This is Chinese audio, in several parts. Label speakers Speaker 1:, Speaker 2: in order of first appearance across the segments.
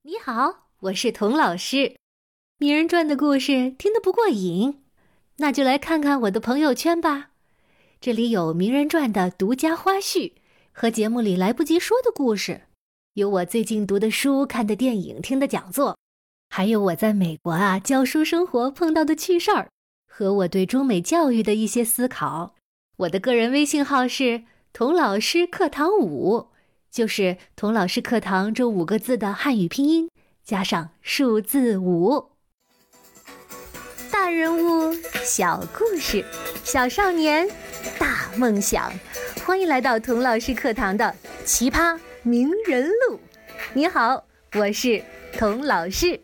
Speaker 1: 你好，我是童老师。名人传的故事听得不过瘾，那就来看看我的朋友圈吧。这里有名人传的独家花絮和节目里来不及说的故事，有我最近读的书、看的电影、听的讲座，还有我在美国教书生活碰到的趣事儿，和我对中美教育的一些思考。我的个人微信号是童老师课堂5，就是童老师课堂这5个字的汉语拼音加上数字5。大人物，小故事，小少年，大梦想。欢迎来到童老师课堂的奇葩名人录。你好，我是童老师。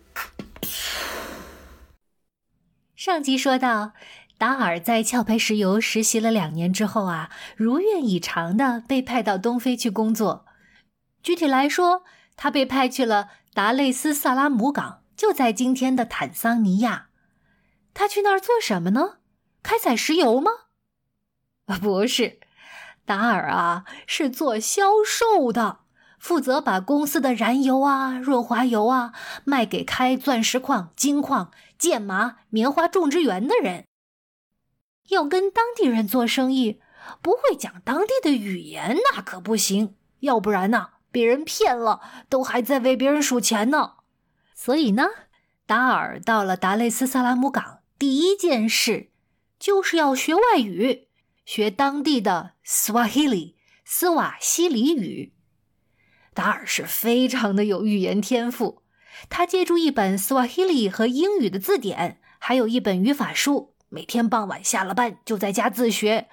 Speaker 1: 上集说到，达尔在壳牌石油实习了2年之后如愿以偿地被派到东非去工作。具体来说，他被派去了达累斯萨拉姆港，就在今天的坦桑尼亚。他去那儿做什么呢？开采石油吗？不是，达尔是做销售的，负责把公司的燃油润滑油卖给开钻石矿、金矿、剑麻、棉花种植园的人。要跟当地人做生意，不会讲当地的语言那可不行，要不然别人骗了，都还在为别人数钱呢。所以呢，达尔到了达累斯萨拉姆港，第一件事就是要学外语，学当地的 Swahili 斯瓦希里语。达尔是非常的有语言天赋，他借助一本 Swahili 和英语的字典，还有一本语法书，每天傍晚下了班就在家自学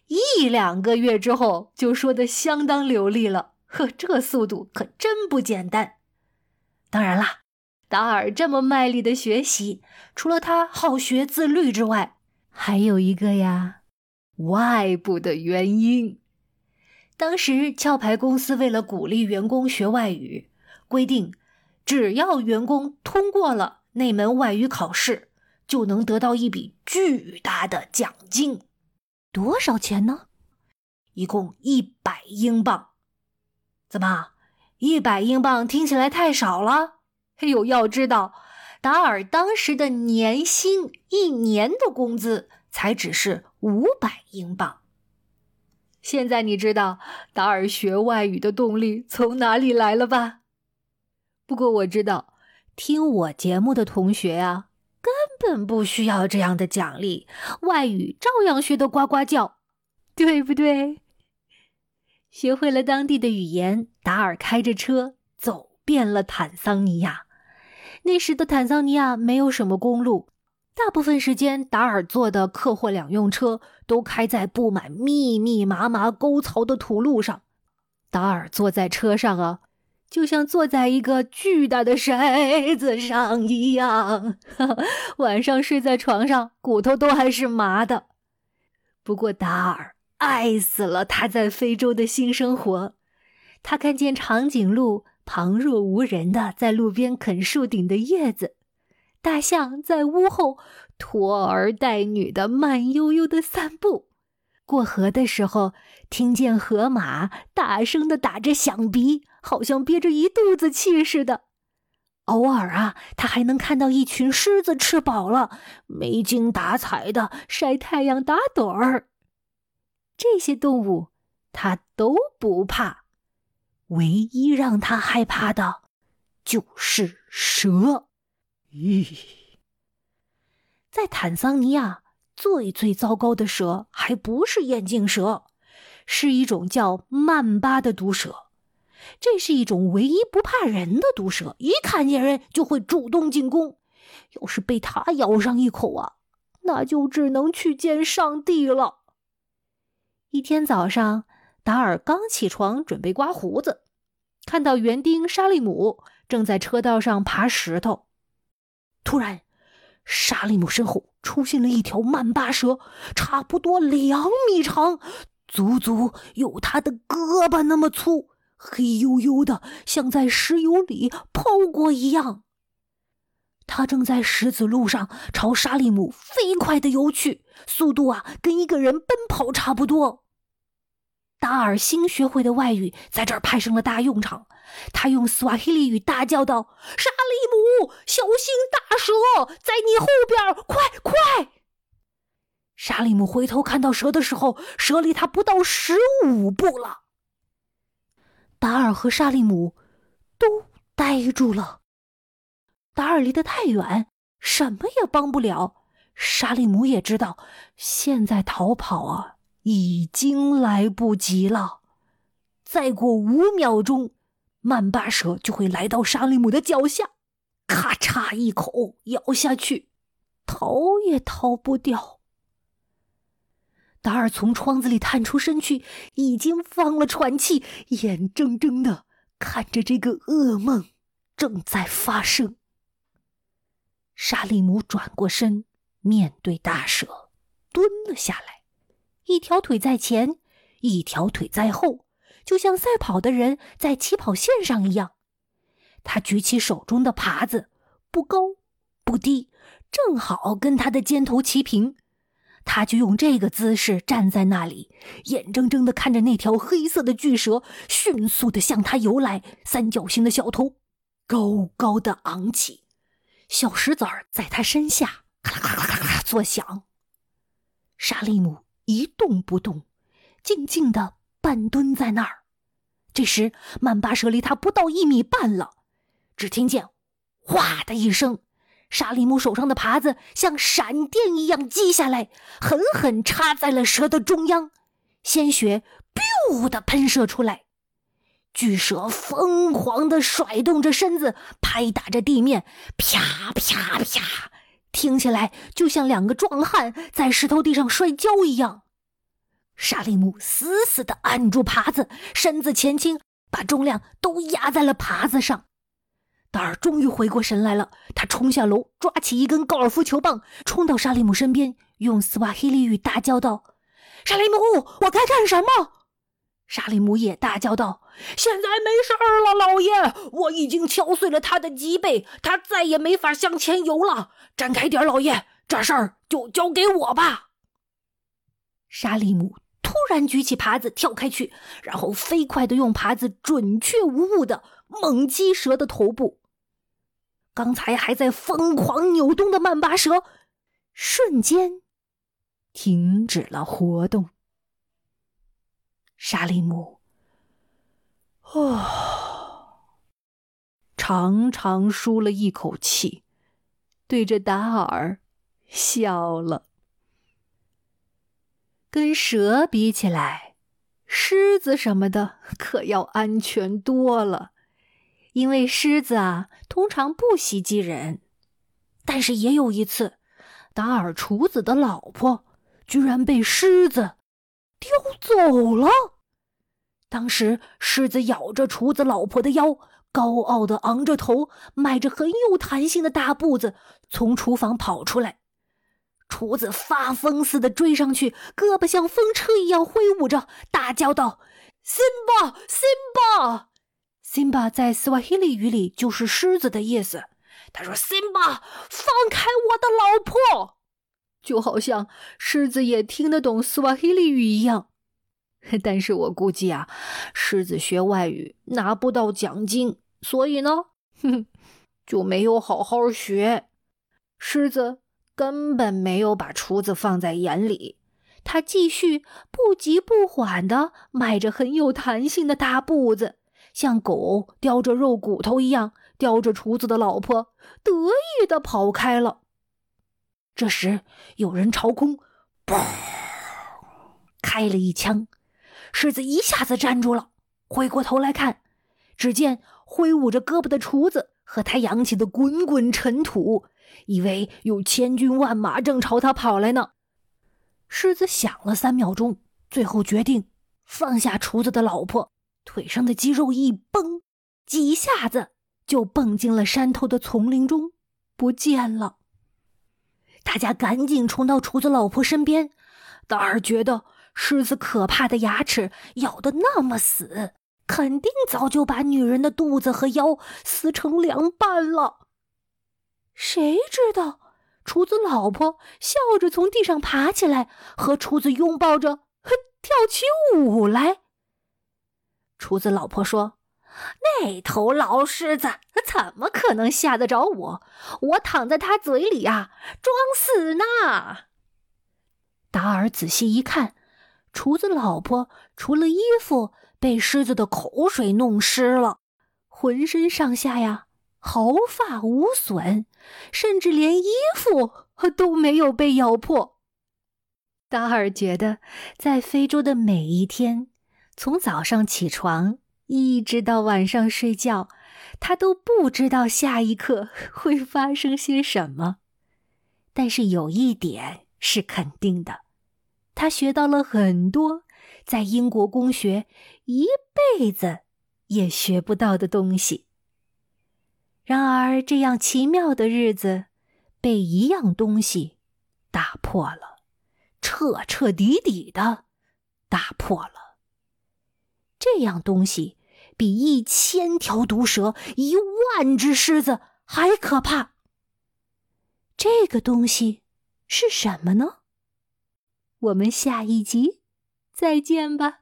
Speaker 1: ，1-2个月之后就说得相当流利了。这速度可真不简单。当然啦，达尔这么卖力的学习，除了他好学自律之外，还有一个外部的原因。当时壳牌公司为了鼓励员工学外语，规定只要员工通过了那门外语考试，就能得到一笔巨大的奖金。多少钱呢？一共100英镑。怎么，100英镑听起来太少了？要知道，达尔当时的年薪1年的工资才只是500英镑。现在你知道达尔学外语的动力从哪里来了吧？不过我知道，听我节目的同学根本不需要这样的奖励，外语照样学得呱呱叫，对不对？学会了当地的语言，达尔开着车走遍了坦桑尼亚。那时的坦桑尼亚没有什么公路，大部分时间达尔坐的客货两用车都开在布满密密麻麻沟槽的土路上。达尔坐在车上就像坐在一个巨大的筛子上一样，晚上睡在床上骨头都还是麻的。不过达尔爱死了他在非洲的新生活。他看见长颈鹿旁若无人的在路边啃树顶的叶子，大象在屋后拖儿带女的慢悠悠的散步，过河的时候听见河马大声地打着响鼻，好像憋着一肚子气似的。偶尔他还能看到一群狮子吃饱了，没精打采的晒太阳打盹儿。这些动物他都不怕，唯一让他害怕的就是蛇。在坦桑尼亚，最糟糕的蛇还不是眼镜蛇，是一种叫曼巴的毒蛇。这是一种唯一不怕人的毒蛇，一看见人就会主动进攻。要是被它咬上一口那就只能去见上帝了。一天早上，达尔刚起床准备刮胡子，看到园丁沙利姆正在车道上爬石头。突然，沙利姆身后出现了一条曼巴蛇，差不多2米长，足足有他的胳膊那么粗，黑黝黝的，像在石油里泡过一样。他正在石子路上朝沙利姆飞快地游去，速度跟一个人奔跑差不多。 达尔新学会的外语在这儿派上了大用场。他用斯瓦希里语大叫道：“沙利姆，小心大蛇，在你后边，快快！”沙利姆回头看到蛇的时候，蛇离他不到15步了。达尔和沙利姆都呆住了。达尔离得太远，什么也帮不了。沙利姆也知道，现在逃跑啊，已经来不及了。再过5秒钟，曼巴蛇就会来到沙利姆的脚下，咔嚓一口咬下去，逃也逃不掉。达尔从窗子里探出身去，已经放了喘气，眼睁睁地看着这个噩梦正在发生。沙利姆转过身，面对大蛇，蹲了下来，一条腿在前，一条腿在后，就像赛跑的人在起跑线上一样。他举起手中的耙子，不高不低，正好跟他的肩头齐平。他就用这个姿势站在那里，眼睁睁地看着那条黑色的巨蛇迅速地向他游来，三角形的小头高高地昂起，小石子儿在他身下咔啦咔啦咔啦作响。沙利姆一动不动，静静地半蹲在那儿。这时曼巴蛇离他不到1米半了，只听见哗的一声，沙利姆手上的耙子像闪电一样击下来，狠狠插在了蛇的中央，鲜血 biu 地喷射出来。巨蛇疯狂地甩动着身子，拍打着地面，啪啪啪，听起来就像2个壮汉在石头地上摔跤一样。沙利姆死死地按住耙子，身子前倾，把重量都压在了耙子上。达尔终于回过神来了，他冲下楼，抓起一根高尔夫球棒，冲到沙利姆身边，用斯瓦希里语大叫道：“沙利姆，我该干什么？”沙利姆也大叫道：“现在没事儿了，老爷，我已经敲碎了他的脊背，他再也没法向前游了。站开点，老爷，这事儿就交给我吧。”沙利姆突然举起耙子跳开去，然后飞快地用耙子准确无误地猛击蛇的头部。刚才还在疯狂扭动的曼巴蛇瞬间停止了活动。沙利姆长长舒了一口气，对着达尔笑了。跟蛇比起来，狮子什么的可要安全多了，因为狮子啊，通常不袭击人。但是也有一次，达尔厨子的老婆居然被狮子叼走了。当时狮子咬着厨子老婆的腰，高傲地昂着头，迈着很有弹性的大步子从厨房跑出来。厨子发疯似的追上去，胳膊像风车一样挥舞着，大叫道：“辛巴，辛巴！”辛巴在斯瓦希里语里就是狮子的意思。他说：“辛巴，放开我的老婆！”就好像狮子也听得懂斯瓦希里语一样。但是我估计啊，狮子学外语拿不到奖金，所以呢，就没有好好学。狮子根本没有把厨子放在眼里，他继续不急不缓地迈着很有弹性的大步子，像狗叼着肉骨头一样叼着厨子的老婆，得意地跑开了。这时有人朝空开了一枪，狮子一下子站住了，回过头来看，只见挥舞着胳膊的厨子和他扬起的滚滚尘土，以为有千军万马正朝他跑来呢。狮子想了3秒钟，最后决定放下厨子的老婆，腿上的肌肉一绷，几下子就蹦进了山头的丛林中，不见了。大家赶紧冲到厨子老婆身边，达尔觉得狮子可怕的牙齿咬得那么死，肯定早就把女人的肚子和腰撕成2半了。谁知道厨子老婆笑着从地上爬起来，和厨子拥抱着跳起舞来。 厨子老婆说：“那头老狮子怎么可能吓得着我？我躺在他嘴里啊，装死呢。”达尔仔细一看，厨子老婆除了衣服被狮子的口水弄湿了，浑身上下呀毫发无损，甚至连衣服都没有被咬破。达尔觉得在非洲的每一天，从早上起床一直到晚上睡觉，他都不知道下一刻会发生些什么。但是有一点是肯定的，他学到了很多在英国公学一辈子也学不到的东西。然而这样奇妙的日子被一样东西打破了，彻彻底底的打破了。这样东西比1000条毒蛇、10000只狮子还可怕。这个东西是什么呢？我们下一集再见吧。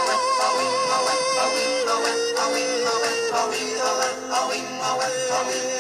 Speaker 2: Away.